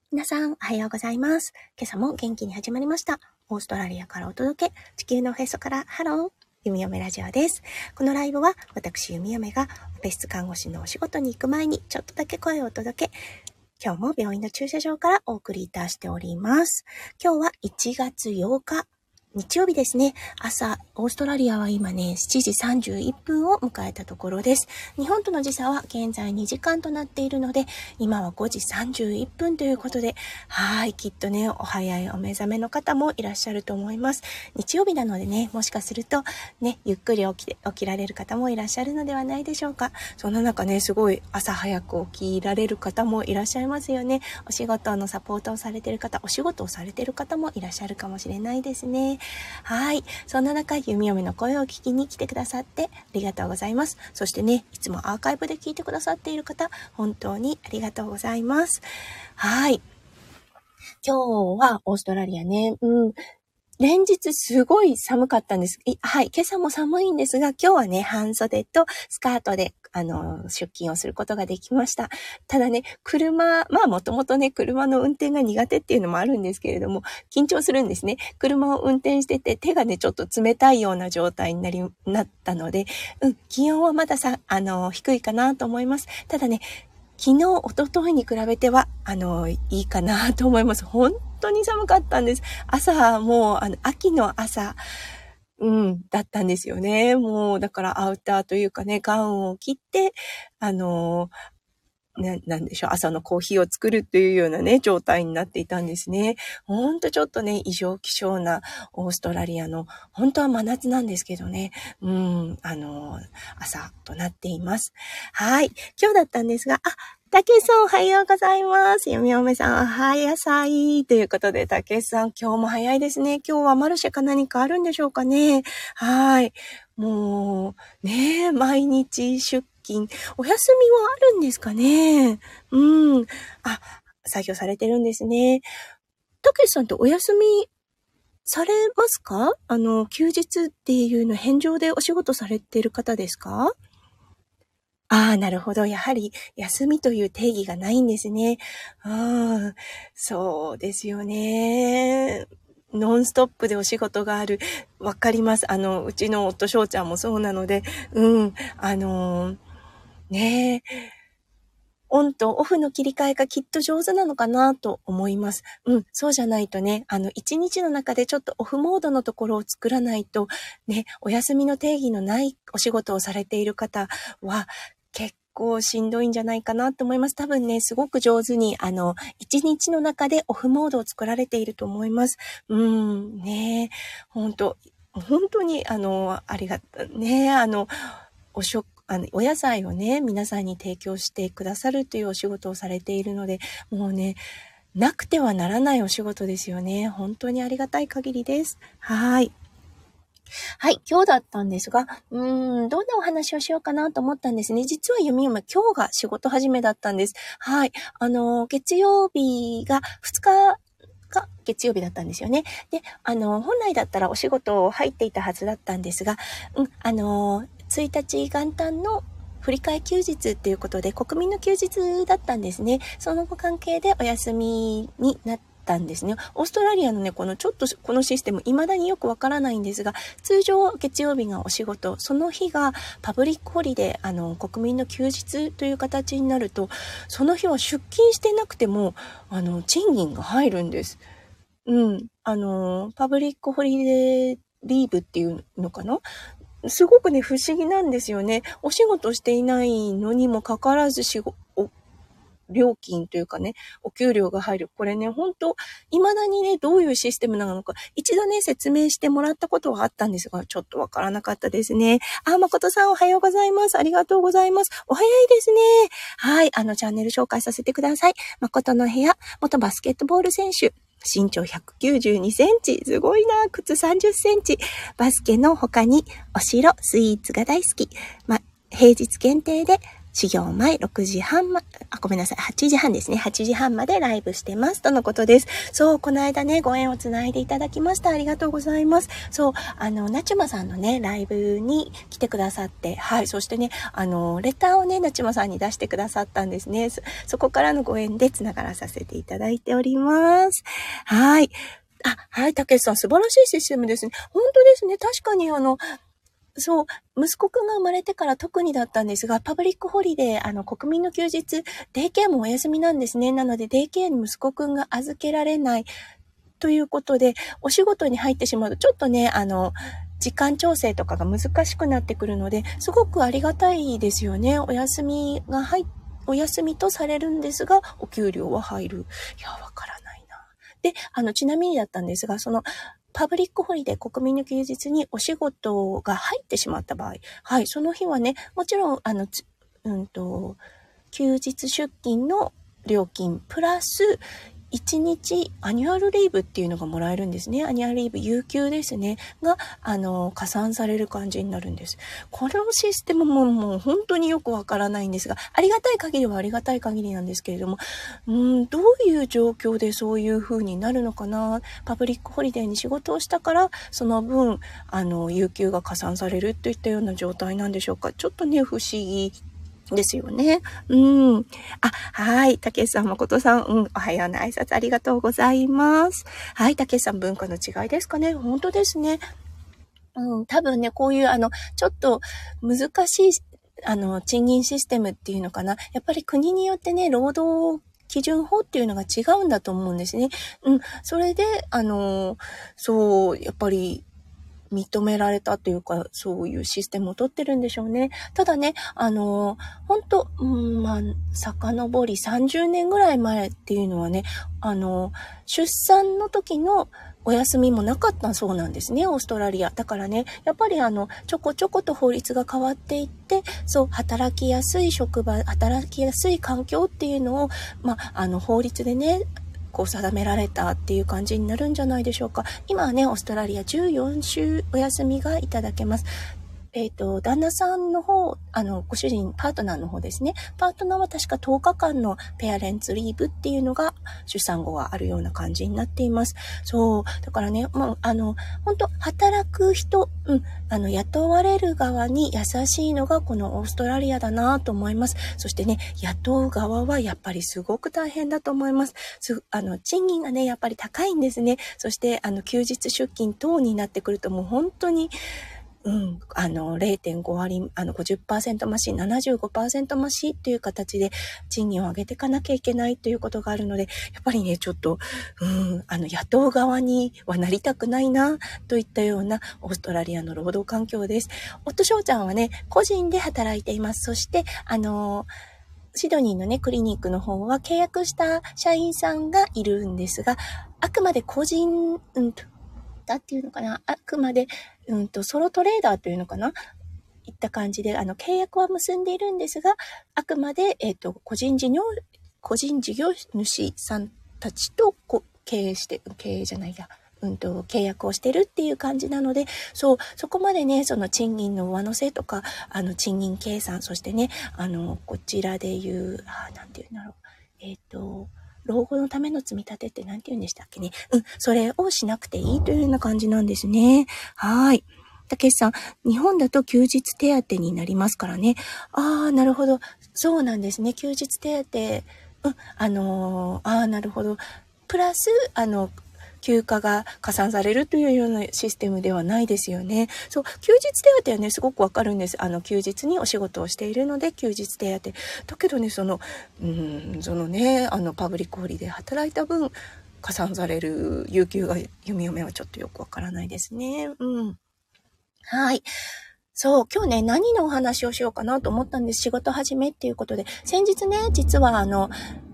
皆さん、おはようございます。今朝も元気に始まりました。オーストラリアからお届け、地球のおへそからハロー、弓嫁ラジオです。このライブは、私弓嫁がオペ室看護師のお仕事に行く前にちょっとだけ声をお届け、今日も病院の駐車場からお送りいたしております。今日は1月8日。日曜日ですね。朝、オーストラリアは今ね、7時31分を迎えたところです。日本との時差は現在2時間となっているので、今は5時31分ということで、きっとね、お早いお目覚めの方もいらっしゃると思います。日曜日なのでね、もしかするとね、ゆっくり起きられる方もいらっしゃるのではないでしょうか。そんな中ね、すごい朝早く起きられる方もいらっしゃいますよね。お仕事のサポートをされている方、お仕事をされている方もいらっしゃるかもしれないですね。そんな中、弓嫁の声を聞きに来てくださってありがとうございます。そしてね、いつもアーカイブで聞いてくださっている方、本当にありがとうございます。今日はオーストラリアね、連日すごい寒かったんです。今朝も寒いんですが、今日はね、半袖とスカートで、出勤をすることができました。ただね、もともとね、車の運転が苦手っていうのもあるんですけれども、緊張するんですね。車を運転してて、手がね、ちょっと冷たいような状態になったので、気温はまだ低いかなと思います。ただね、昨日、一昨日に比べては、いいかなと思います。本当に寒かったんです。朝、もう、秋の朝、だったんですよね。もう、だからアウターというかね、ガウンを着て、なんでしょう、朝のコーヒーを作るっていうようなね、状態になっていたんですね。ほんとちょっとね、異常気象なオーストラリアの、本当は真夏なんですけどね、朝となっています。今日だったんですが、たけしさんおはようございます。ゆみおめさんおはやさい。ということで、たけしさん今日も早いですね。今日はマルシェか何かあるんでしょうかね。もう、ね、毎日出勤。お休みはあるんですかね。作業されてるんですね。たけしさんってお休みされますか？休日っていうの返上でお仕事されてる方ですか？なるほど。やはり休みという定義がないんですね。そうですよね。ノンストップでお仕事がある。わかります。うちの夫翔ちゃんもそうなので、ねえ、オンとオフの切り替えがきっと上手なのかなと思います。そうじゃないとね、一日の中でちょっとオフモードのところを作らないと、ね、お休みの定義のないお仕事をされている方は、結構しんどいんじゃないかなと思います。多分ね、すごく上手に、一日の中でオフモードを作られていると思います。ね、本当に、ありがた、ね、お野菜をね、皆さんに提供してくださるというお仕事をされているので、もうね、なくてはならないお仕事ですよね。本当にありがたい限りです。今日だったんですが、どんなお話をしようかなと思ったんですね。実は弓嫁、今日が仕事始めだったんです。月曜日が2日、が月曜日だったんですよね。で、本来だったらお仕事入っていたはずだったんですが、1日元旦の振り替え休日っていうことで国民の休日だったんですね。そのご関係でお休みになったんですね。オーストラリアのね、このシステム未だによくわからないんですが、通常月曜日がお仕事、その日がパブリックホリデー、国民の休日という形になると、その日は出勤してなくても賃金が入るんです。パブリックホリデーリーブっていうのかな？すごくね、不思議なんですよね。お仕事していないのにもかかわらず料金というかね、お給料が入る。これね、本当未だにね、どういうシステムなのか、一度ね、説明してもらったことはあったんですが、ちょっとわからなかったですね。誠さんおはようございます。ありがとうございます。お早いですね。チャンネル紹介させてください。誠の部屋、元バスケットボール選手。身長192センチ。すごいな。靴30センチ。バスケの他にお城、スイーツが大好き。平日限定で始業前6時半ごめんなさい、8時半ですね。8時半までライブしてます。とのことです。そう、この間ね、ご縁をつないでいただきました。ありがとうございます。そう、なちまさんのね、ライブに来てくださって、はい、そしてね、レターをね、なちまさんに出してくださったんですね。そこからのご縁でつながらさせていただいております。はい。はい、たけしさん、素晴らしいシステムですね。本当ですね。確かにそう、息子くんが生まれてから特にだったんですが、パブリックホリデー、国民の休日、デイケアもお休みなんですね。なので、デイケアに息子くんが預けられないということで、お仕事に入ってしまうと、ちょっとね、時間調整とかが難しくなってくるので、すごくありがたいですよね。お休みとされるんですが、お給料は入る。いや、わからないな。で、ちなみにだったんですが、パブリックホリデー、国民の休日にお仕事が入ってしまった場合、はい、その日はね、もちろん、休日出勤の料金、プラス、1日アニュアルリーブっていうのがもらえるんですね。アニュアルリーブ、有給ですね。が、加算される感じになるんです。このシステムもう本当によくわからないんですが、ありがたい限りはありがたい限りなんですけれども、どういう状況でそういう風になるのかな。パブリックホリデーに仕事をしたから、その分、有給が加算されるといったような状態なんでしょうか。ちょっとね、不思議ですよね。はい。たけしさん、まことさん、おはようの挨拶ありがとうございます。はい。たけしさん、文化の違いですかね。本当ですね。多分ね、こういう、ちょっと難しい、賃金システムっていうのかな。やっぱり国によってね、労働基準法っていうのが違うんだと思うんですね。それで、そう、やっぱり、認められたというか、そういうシステムを取ってるんでしょうね。ただね、本当遡り30年ぐらい前っていうのはね、出産の時のお休みもなかったそうなんですね、オーストラリア。だからね、やっぱりちょこちょこと法律が変わっていって、そう、働きやすい職場、働きやすい環境っていうのを、法律でね、こう定められたっていう感じになるんじゃないでしょうか。今はね、オーストラリア14週お休みがいただけます。旦那さんの方、ご主人、パートナーの方ですね。パートナーは確か10日間のペアレンツリーブっていうのが出産後はあるような感じになっています。そう。だからね、本当働く人、雇われる側に優しいのがこのオーストラリアだなと思います。そしてね、雇う側はやっぱりすごく大変だと思います。賃金がね、やっぱり高いんですね。そして、休日出勤等になってくるともう本当に、0.5 割、50% 増し、75% 増しっていう形で賃金を上げていかなきゃいけないということがあるので、やっぱりね、ちょっと、雇う側にはなりたくないな、といったようなオーストラリアの労働環境です。夫翔ちゃんはね、個人で働いています。そして、シドニーのね、クリニックの方は契約した社員さんがいるんですが、あくまで個人、だっていうのかな、あくまで、ソロトレーダーというのかな、いった感じで、契約は結んでいるんですが、あくまで、個人事業主さんたちと契約をしてるっていう感じなので、そこまでね、その賃金の上乗せとか、賃金計算、そしてね、こちらで言う、なんていうんだろう、老後のための積み立てって何て言うんでしたっけね。それをしなくていいというような感じなんですね。はい。たけしさん、日本だと休日手当になりますからね。なるほど。そうなんですね。休日手当。なるほど。プラス、休暇が加算されるというようなシステムではないですよね。そう、休日手当はね、すごくわかるんです。休日にお仕事をしているので、休日手当。だけどね、パブリックホリデー働いた分、加算される有給が弓嫁はちょっとよくわからないですね。はい。そう、今日ね、何のお話をしようかなと思ったんです。仕事始めっていうことで。先日ね、実は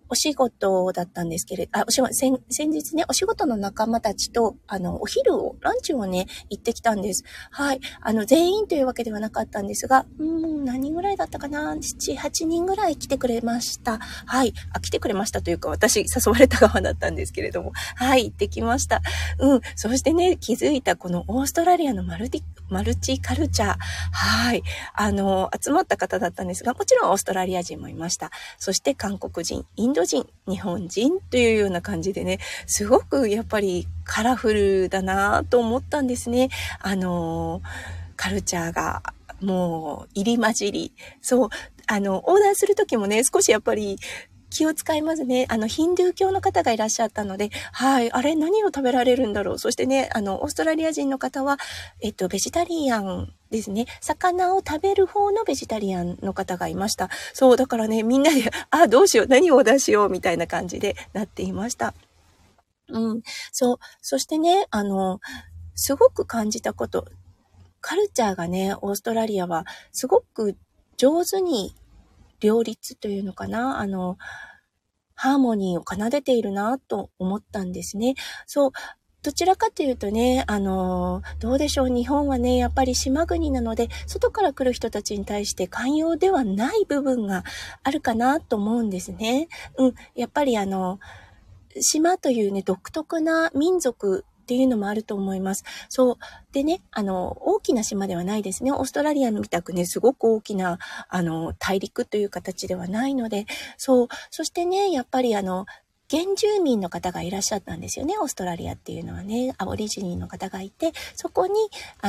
お仕事だったんですけれど、先日ね、お仕事の仲間たちと、お昼を、ランチをね、行ってきたんです。はい。全員というわけではなかったんですが、何人ぐらいだったかな ?7、8人ぐらい来てくれました。はい。来てくれましたというか、私、誘われた側だったんですけれども、はい、行ってきました。そしてね、気づいたこのオーストラリアのマルチカルチャー。はい。集まった方だったんですが、もちろんオーストラリア人もいました。そして韓国人、インド人、日本人というような感じでね、すごくやっぱりカラフルだなと思ったんですね。カルチャーがもう入り混じり。そう、オーダーするときもね、少しやっぱり気を使いますね。ヒンドゥー教の方がいらっしゃったので、はい、あれ何を食べられるんだろう。そしてね、オーストラリア人の方は、ベジタリアンですね。魚を食べる方のベジタリアンの方がいました。そう、だからね、みんなで、どうしよう、何をオーダーしよう、みたいな感じでなっていました。そう、そしてね、すごく感じたこと、カルチャーがね、オーストラリアはすごく上手に両立というのかな、ハーモニーを奏でているなと思ったんですね。そう、どちらかというとね、どうでしょう、日本はね、やっぱり島国なので、外から来る人たちに対して寛容ではない部分があるかなと思うんですね。やっぱり島というね、独特な民族っていうのもあると思います。そう。でね、大きな島ではないですね。オーストラリアみたくね、すごく大きな、大陸という形ではないので、そう。そしてね、やっぱり原住民の方がいらっしゃったんですよね。オーストラリアっていうのはね、アボリジニの方がいて、そこに、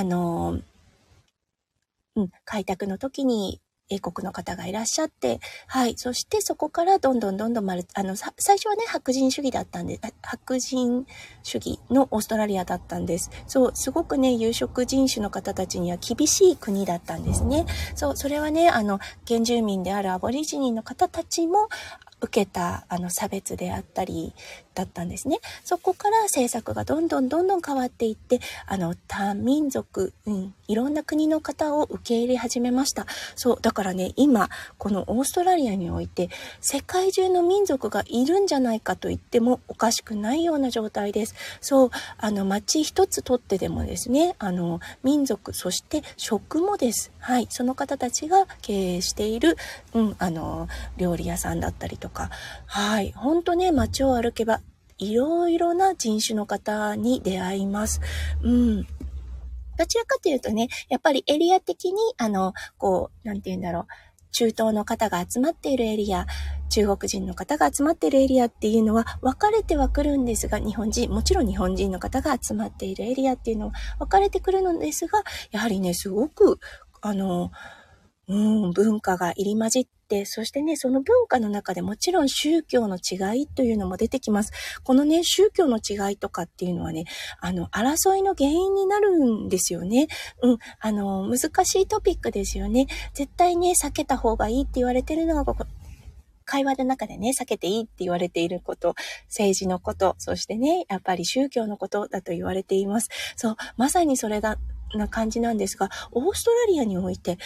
開拓の時に、英国の方がいらっしゃって、はい。そしてそこからどんどん最初はね、白人主義だったんで、白人主義のオーストラリアだったんです。そう、すごくね、有色人種の方たちには厳しい国だったんですね。そう、それはね、原住民であるアボリジニの方たちも、受けた差別であったりだったんですね。そこから政策がどんどん変わっていって、多民族、いろんな国の方を受け入れ始めました。そう、だからね、今、このオーストラリアにおいて、世界中の民族がいるんじゃないかと言ってもおかしくないような状態です。そう、町一つとってでもですね、民族、そして食もです。はい、その方たちが経営している、料理屋さんだったりとか、はい、ほんとね、街を歩けば、いろいろな人種の方に出会います。どちらかというとね、やっぱりエリア的に、なんて言うんだろう、中東の方が集まっているエリア、中国人の方が集まっているエリアっていうのは分かれてはくるんですが、もちろん日本人の方が集まっているエリアっていうのは分かれてくるのですが、やはりね、すごく、文化が入り混じって、そしてね、その文化の中でもちろん宗教の違いというのも出てきます。このね、宗教の違いとかっていうのはね、争いの原因になるんですよね。難しいトピックですよね。絶対ね、避けた方がいいって言われてるのが、会話の中でね、避けていいって言われていること、政治のこと、そしてね、やっぱり宗教のことだと言われています。そう、まさにそれな感じなんですが、オーストラリアにおいて、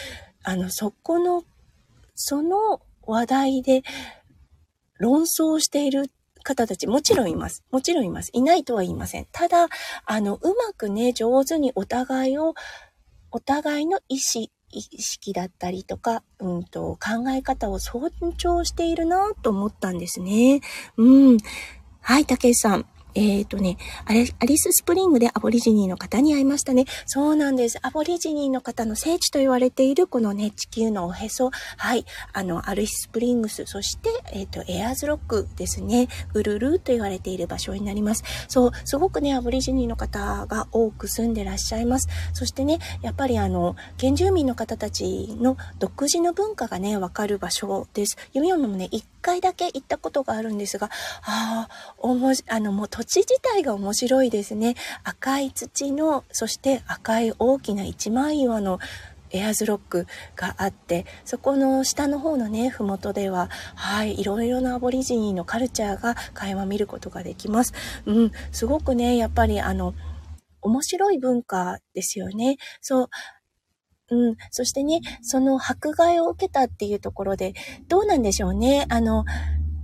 その話題で論争している方たち、もちろんいます。いないとは言いません。ただ、うまくね、上手にお互いの意識だったりとか、考え方を尊重しているなと思ったんですね。はい、たけしさん。アリススプリングでアボリジニーの方に会いましたね。そうなんです。アボリジニーの方の聖地と言われているこのね、地球のおへそ。はい。アリススプリングス、そして、エアーズロックですね。ウルルと言われている場所になります。そう、すごくね、アボリジニーの方が多く住んでらっしゃいます。そしてね、やっぱり原住民の方たちの独自の文化がね、わかる場所です。弓嫁もね、1回だけ行ったことがあるんですが、もう土地自体が面白いですね。赤い土の、そして赤い大きな一枚岩のエアーズロックがあって、そこの下の方のね、ふもとでは、はい、いろいろなアボリジニのカルチャーが垣間見ることができます。すごくね、やっぱり面白い文化ですよね。そう。そしてね、その迫害を受けたっていうところで、どうなんでしょうね。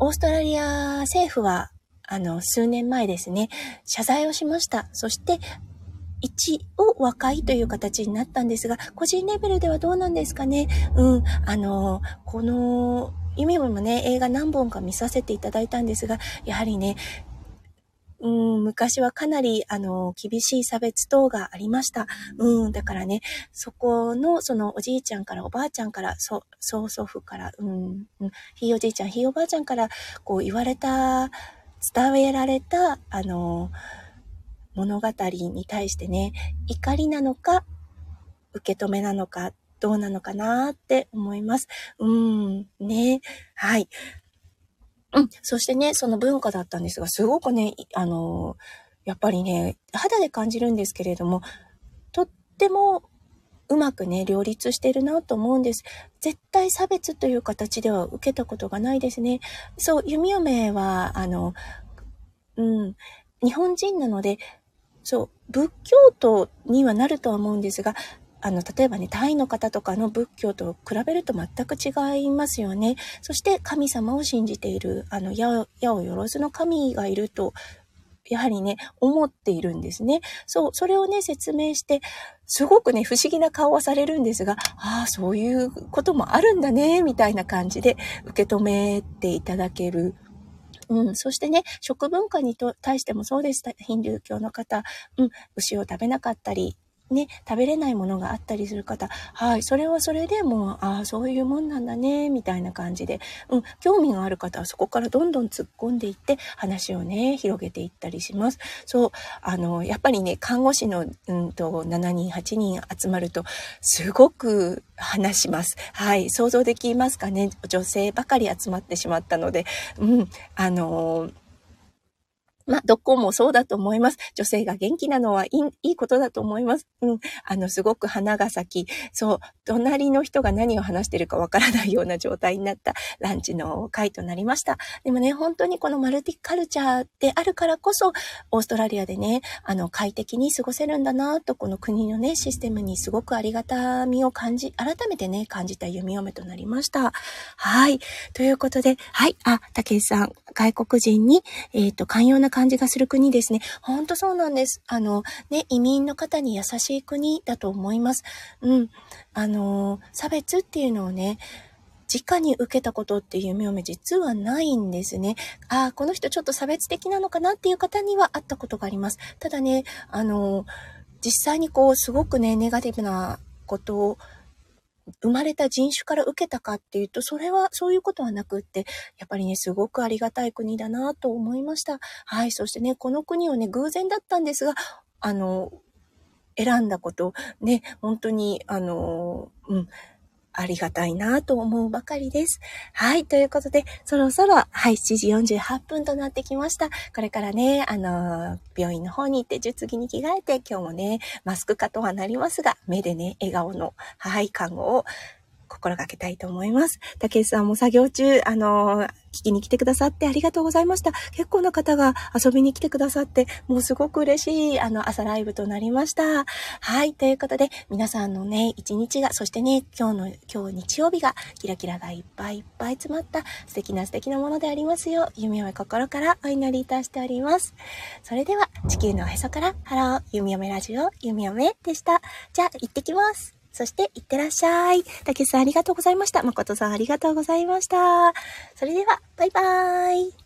オーストラリア政府は、数年前ですね、謝罪をしました。そして、一応和解という形になったんですが、個人レベルではどうなんですかね。この、夢もね、映画何本か見させていただいたんですが、やはりね、昔はかなり、厳しい差別等がありました。だからね、そこの、そのおじいちゃんからおばあちゃんから、曽祖父から、ひいおじいちゃん、ひいおばあちゃんから、こう言われた、伝えられた、物語に対してね、怒りなのか、受け止めなのか、どうなのかなって思います。ね。はい。そしてね、その文化だったんですが、すごくね、やっぱりね、肌で感じるんですけれども、とってもうまくね、両立してるなと思うんです。絶対差別という形では受けたことがないですね。そう、弓嫁は、日本人なので、そう、仏教徒にはなるとは思うんですが、例えばね、タイの方とかの仏教と比べると全く違いますよね。そして神様を信じている、矢をよろずの神がいると、やはりね、思っているんですね。そう、それをね、説明して、すごくね、不思議な顔はされるんですが、そういうこともあるんだね、みたいな感じで受け止めていただける。そしてね、食文化に対してもそうでした。ヒンドゥー教の方、牛を食べなかったり、ね、食べれないものがあったりする方、はい、それはそれでもう、そういうもんなんだね、みたいな感じで、興味がある方はそこからどんどん突っ込んでいって話をね、広げていったりします。そう、やっぱりね、看護師の、7人、8人集まると、すごく話します。はい、想像できますかね。女性ばかり集まってしまったので、どこもそうだと思います。女性が元気なのはいいことだと思います。すごく花が咲き、そう、隣の人が何を話しているかわからないような状態になったランチの会となりました。でもね、本当にこのマルティカルチャーであるからこそ、オーストラリアでね、快適に過ごせるんだなと、この国のね、システムにすごくありがたみを改めてね、感じた弓嫁となりました。はい。ということで、はい、竹内さん、外国人に、寛容な感じがする国ですね。ほんとそうなんです。移民の方に優しい国だと思います。差別っていうのをね、直に受けたことっていう弓嫁実はないんですね。この人ちょっと差別的なのかなっていう方には会ったことがあります。ただね、実際にこう、すごくね、ネガティブなことを生まれた人種から受けたかっていうと、そういうことはなくって、やっぱりね、すごくありがたい国だなと思いました。はい、そしてね、この国をね、偶然だったんですが、選んだこと、ね、本当に、ありがたいなと思うばかりです。はい。ということで、そろそろ、はい、7時48分となってきました。これからね、病院の方に行って、術着に着替えて、今日もね、マスク化とはなりますが、目でね、笑顔の、はい、看護を心がけたいと思います。竹内さんも作業中、聞きに来てくださってありがとうございました。結構な方が遊びに来てくださって、もうすごく嬉しい、朝ライブとなりました。はい、ということで、皆さんのね、一日が、そしてね、今日日曜日が、キラキラがいっぱいいっぱい詰まった素敵なものでありますよう、弓嫁心からお祈りいたしております。それでは、地球のおへそから、ハロー、弓嫁ラジオ、弓嫁でした。じゃあ、行ってきます。そして、いってらっしゃい。竹内さんありがとうございました。誠さんありがとうございました。それでは、バイバーイ。